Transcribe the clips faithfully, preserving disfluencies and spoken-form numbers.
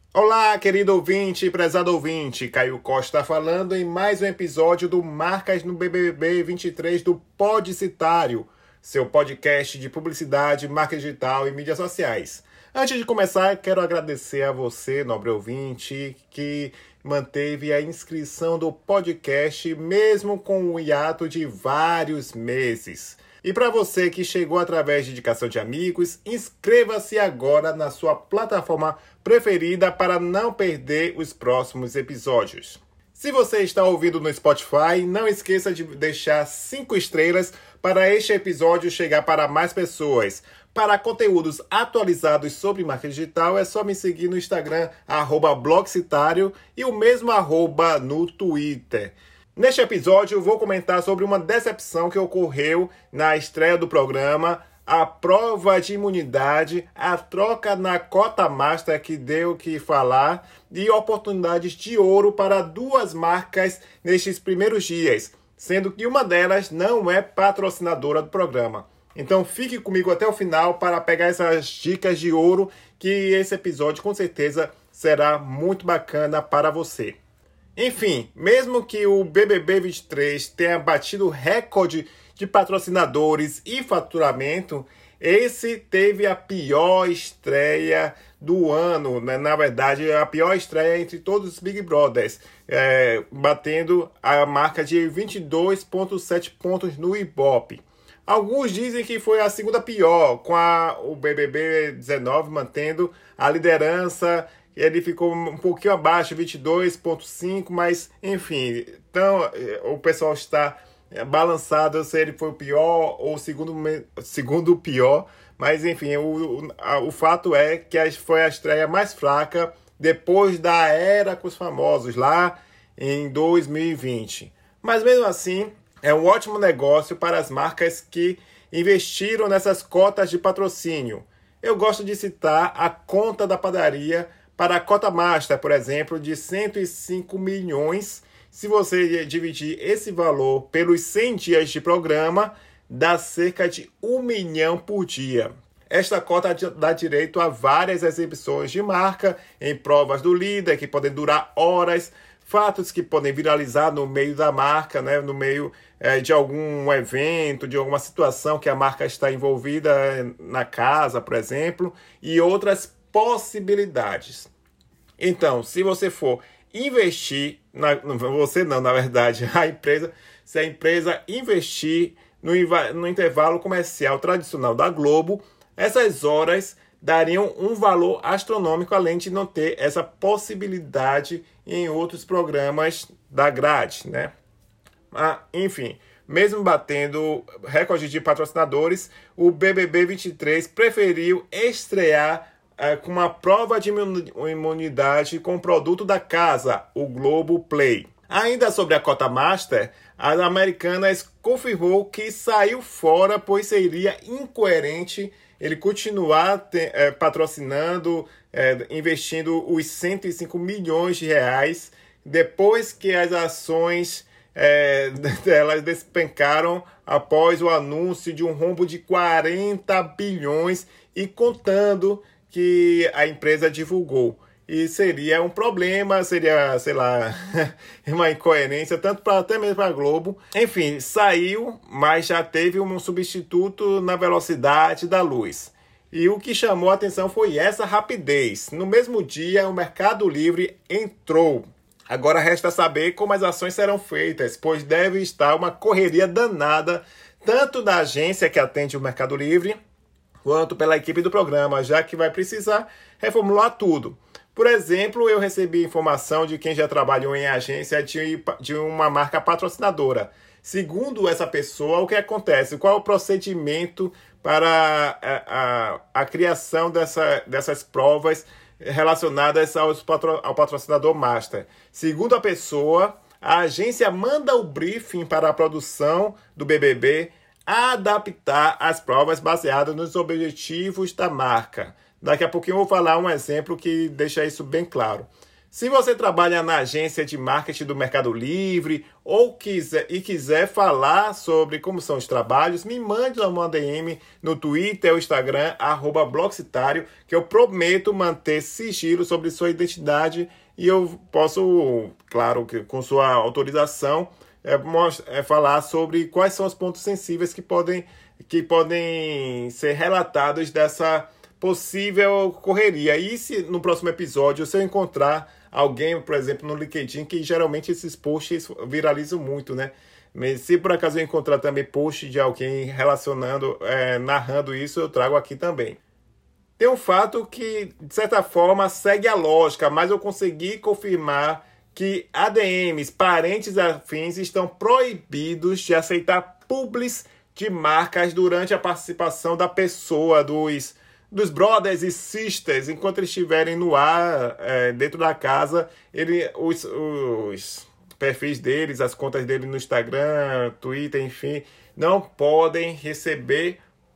Olá, querido ouvinte e prezado ouvinte, Caio Costa falando em mais um episódio do Marcas no B B B vinte e três do Podicitário, seu podcast de publicidade, marketing digital e mídias sociais. Antes de começar, quero agradecer a você, nobre ouvinte, que manteve a inscrição do podcast mesmo com o hiato de vários meses. E para você que chegou através de indicação de amigos, inscreva-se agora na sua plataforma preferida para não perder os próximos episódios. Se você está ouvindo no Spotify, não esqueça de deixar cinco estrelas para este episódio chegar para mais pessoas. Para conteúdos atualizados sobre marketing digital, é só me seguir no Instagram, arroba blogcitário, e o mesmo arroba no Twitter. Neste episódio, eu vou comentar sobre uma decepção que ocorreu na estreia do programa, a prova de imunidade, a troca na cota master que deu o que falar e oportunidades de ouro para duas marcas nestes primeiros dias, sendo que uma delas não é patrocinadora do programa. Então fique comigo até o final para pegar essas dicas de ouro, que esse episódio com certeza será muito bacana para você. Enfim, mesmo que o B B B vinte e três tenha batido recorde de patrocinadores e faturamento, esse teve a pior estreia do ano, né? Na verdade, a pior estreia entre todos os Big Brothers, é, batendo a marca de vinte e dois vírgula sete pontos no Ibope. Alguns dizem que foi a segunda pior, com a, o B B B dezenove mantendo a liderança. Ele ficou um pouquinho abaixo, vinte e dois vírgula cinco, mas enfim, então o pessoal está balançado se ele foi o pior ou o segundo, segundo pior, mas enfim, o, o, o fato é que foi a estreia mais fraca depois da Era com os Famosos, lá em dois mil e vinte. Mas mesmo assim, é um ótimo negócio para as marcas que investiram nessas cotas de patrocínio. Eu gosto de citar a conta da padaria para a cota master, por exemplo, de cento e cinco milhões. Se você dividir esse valor pelos cem dias de programa, dá cerca de um milhão por dia. Esta cota dá direito a várias exibições de marca em provas do líder, que podem durar horas, fatos que podem viralizar no meio da marca, né, no meio é, de algum evento, de alguma situação que a marca está envolvida na casa, por exemplo, e outras possibilidades. Então, se você for investir, na, você não, na verdade, a empresa, se a empresa investir no, no intervalo comercial tradicional da Globo, essas horas dariam um valor astronômico, além de não ter essa possibilidade em outros programas da grade, né? Ah, enfim, mesmo batendo recorde de patrocinadores, o B B B vinte e três preferiu estrear uh, com uma prova de imunidade com o produto da casa, o Globoplay. Ainda sobre a cota master, a Americanas confirmou que saiu fora, pois seria incoerente ele continuar te, é, patrocinando, é, investindo os cento e cinco milhões de reais, depois que as ações é, elas despencaram após o anúncio de um rombo de quarenta bilhões e contando que a empresa divulgou. E seria um problema, seria, sei lá, uma incoerência, tanto para até mesmo para a Globo. Enfim, saiu, mas já teve um substituto na velocidade da luz. E o que chamou a atenção foi essa rapidez. No mesmo dia, o Mercado Livre entrou. Agora resta saber como as ações serão feitas, pois deve estar uma correria danada, tanto da agência que atende o Mercado Livre, quanto pela equipe do programa, já que vai precisar reformular tudo. Por exemplo, eu recebi informação de quem já trabalhou em agência de, de uma marca patrocinadora. Segundo essa pessoa, o que acontece? Qual é o procedimento para a, a, a criação dessa, dessas provas relacionadas aos patro, ao patrocinador master? Segundo a pessoa, a agência manda o briefing para a produção do B B B adaptar as provas baseadas nos objetivos da marca. Daqui a pouquinho eu vou falar um exemplo que deixa isso bem claro. Se você trabalha na agência de marketing do Mercado Livre ou quiser, e quiser falar sobre como são os trabalhos, me mande uma D M no Twitter ou Instagram, arroba Blogcitário, que eu prometo manter sigilo sobre sua identidade e eu posso, claro, que com sua autorização, é, mostrar, é, falar sobre quais são os pontos sensíveis que podem, que podem ser relatados dessa possível correria. E se no próximo episódio, se eu encontrar alguém, por exemplo, no LinkedIn, que geralmente esses posts viralizam muito, né? Mas se por acaso eu encontrar também post de alguém relacionando, é, narrando isso, eu trago aqui também. Tem um fato que, de certa forma, segue a lógica, mas eu consegui confirmar que A D Ms, parentes afins, estão proibidos de aceitar publis de marcas durante a participação da pessoa, dos dos brothers e sisters, enquanto eles estiverem no ar, é, dentro da casa, ele, os, os perfis deles, as contas dele no Instagram, Twitter, enfim, não podem receber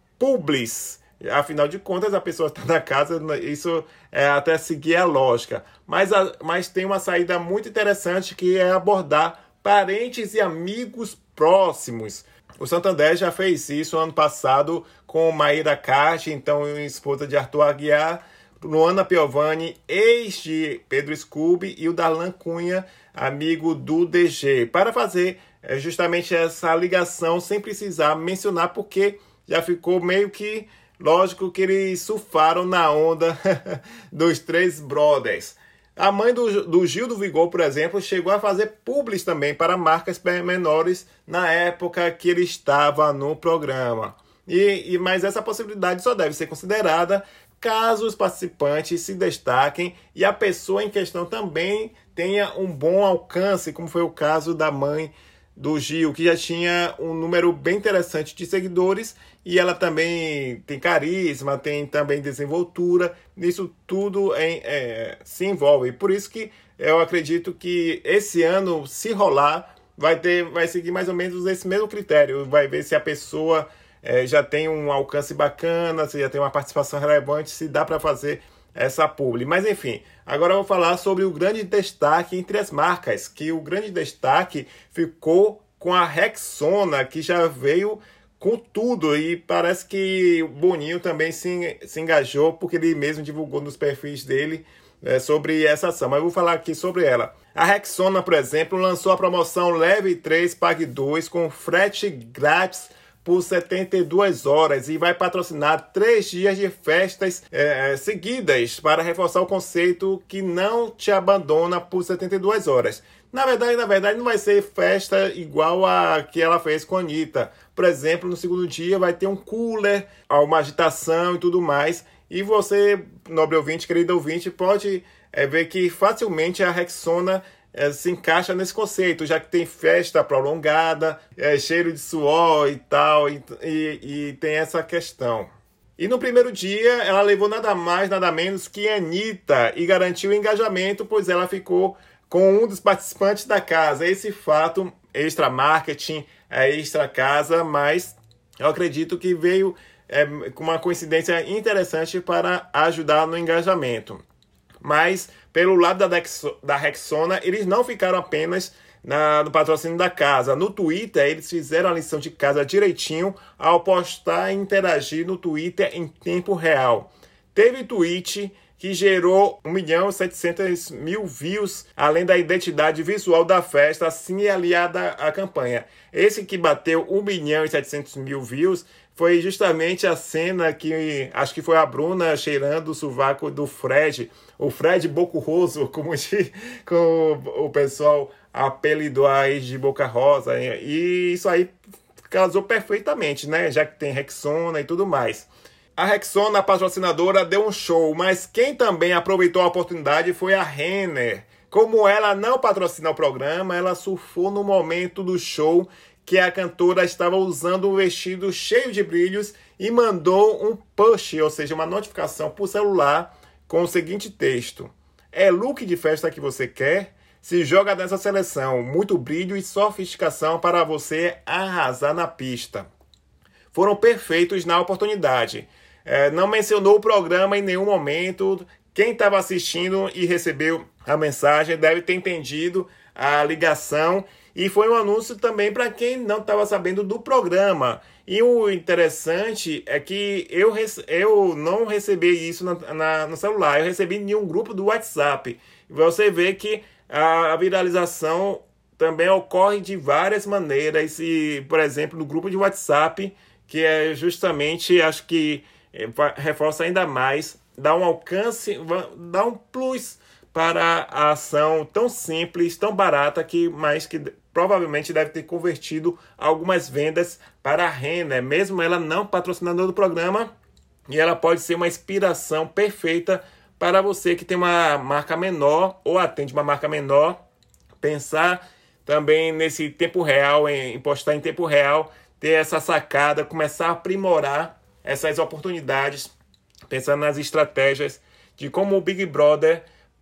publis. Afinal de contas, a pessoa está na casa, isso é até seguir a lógica. Mas, a, mas tem uma saída muito interessante, que é abordar parentes e amigos próximos. O Santander já fez isso ano passado com Maíra Card, então esposa de Arthur Aguiar, Luana Piovani, ex de Pedro Scooby, e o Darlan Cunha, amigo do D G, para fazer justamente essa ligação sem precisar mencionar, porque já ficou meio que lógico que eles surfaram na onda dos três brothers. A mãe do, do Gil do Vigor, por exemplo, chegou a fazer publis também para marcas menores na época que ele estava no programa. E, e, mas essa possibilidade só deve ser considerada caso os participantes se destaquem e a pessoa em questão também tenha um bom alcance, como foi o caso da mãe do Gil, que já tinha um número bem interessante de seguidores, e ela também tem carisma, tem também desenvoltura, isso tudo é, é, se envolve. Por isso que eu acredito que esse ano, se rolar, vai, ter, vai seguir mais ou menos esse mesmo critério, vai ver se a pessoa é, já tem um alcance bacana, se já tem uma participação relevante, se dá para fazer essa publi. Mas enfim, agora eu vou falar sobre o grande destaque entre as marcas, que o grande destaque ficou com a Rexona, que já veio com tudo, e parece que o Boninho também se, se engajou, porque ele mesmo divulgou nos perfis dele é, sobre essa ação. Mas eu vou falar aqui sobre ela. A Rexona, por exemplo, lançou a promoção Leve três, Pague dois, com frete grátis por setenta e duas horas, e vai patrocinar três dias de festas é, seguidas para reforçar o conceito que não te abandona por setenta e duas horas. Na verdade, na verdade, não vai ser festa igual a que ela fez com a Anitta. Por exemplo, no segundo dia vai ter um cooler, uma agitação e tudo mais. E você, nobre ouvinte, querido ouvinte, pode é, ver que facilmente a Rexona É, se encaixa nesse conceito, já que tem festa prolongada, é, cheiro de suor e tal, e, e, e tem essa questão. E no primeiro dia, ela levou nada mais, nada menos que a Anitta e garantiu o engajamento, pois ela ficou com um dos participantes da casa. Esse fato, extra marketing, é extra casa, mas eu acredito que veio é, com uma coincidência interessante para ajudar no engajamento. Mas, pelo lado da, Dexo, da Rexona, eles não ficaram apenas na, no patrocínio da casa. No Twitter, eles fizeram a lição de casa direitinho ao postar e interagir no Twitter em tempo real. Teve tweet que gerou um milhão e setecentos mil views, além da identidade visual da festa, assim aliada à campanha. Esse que bateu um milhão e setecentos mil views foi justamente a cena que acho que foi a Bruna cheirando o sovaco do Fred, o Fred Bocurroso, como, como o pessoal apelidou aí de Boca Rosa. E isso aí casou perfeitamente, né? Já que tem Rexona e tudo mais. A Rexona, a patrocinadora, deu um show, mas quem também aproveitou a oportunidade foi a Renner. Como ela não patrocina o programa, ela surfou no momento do show que a cantora estava usando um vestido cheio de brilhos e mandou um push, ou seja, uma notificação por celular com o seguinte texto: é look de festa que você quer? Se joga nessa seleção, muito brilho e sofisticação para você arrasar na pista. Foram perfeitos na oportunidade. É, não mencionou o programa em nenhum momento, Quem estava assistindo e recebeu a mensagem deve ter entendido a ligação, e foi um anúncio também para quem não estava sabendo do programa. E o interessante é que eu, eu não recebi isso na, na, no celular, eu recebi em um grupo do WhatsApp. Você vê que a viralização também ocorre de várias maneiras, e, por exemplo, no grupo de WhatsApp, que é justamente, acho que reforça ainda mais, dá um alcance, dá um plus para a ação tão simples, tão barata, que, mas que provavelmente deve ter convertido algumas vendas para a Renner, mesmo ela não patrocinadora do programa, e ela pode ser uma inspiração perfeita para você que tem uma marca menor ou atende uma marca menor, pensar também nesse tempo real, em postar em tempo real, ter essa sacada, começar a aprimorar essas oportunidades, pensando nas estratégias de como o Big Brother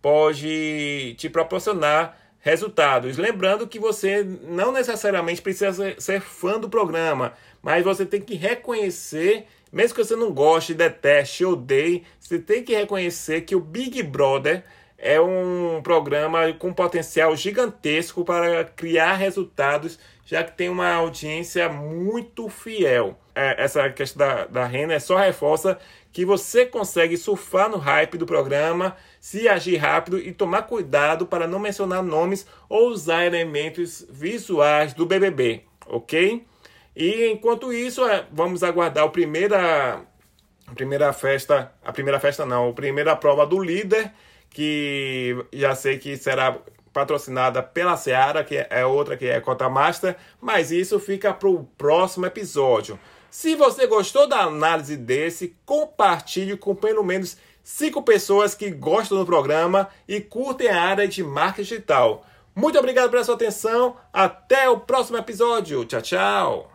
pode te proporcionar resultados. Lembrando que você não necessariamente precisa ser fã do programa, mas você tem que reconhecer, mesmo que você não goste, deteste, odeie, você tem que reconhecer que o Big Brother é um programa com potencial gigantesco para criar resultados, já que tem uma audiência muito fiel. É, essa questão da, da Renner só reforça que você consegue surfar no hype do programa, se agir rápido e tomar cuidado para não mencionar nomes ou usar elementos visuais do B B B, ok? E enquanto isso, vamos aguardar a primeira, a primeira festa, a primeira festa não, a primeira prova do líder, que já sei que será patrocinada pela Seara, que é outra que é Cota Master, mas isso fica para o próximo episódio. Se você gostou da análise desse, compartilhe com pelo menos cinco pessoas que gostam do programa e curtem a área de marketing digital. Muito obrigado pela sua atenção, até o próximo episódio. Tchau, tchau!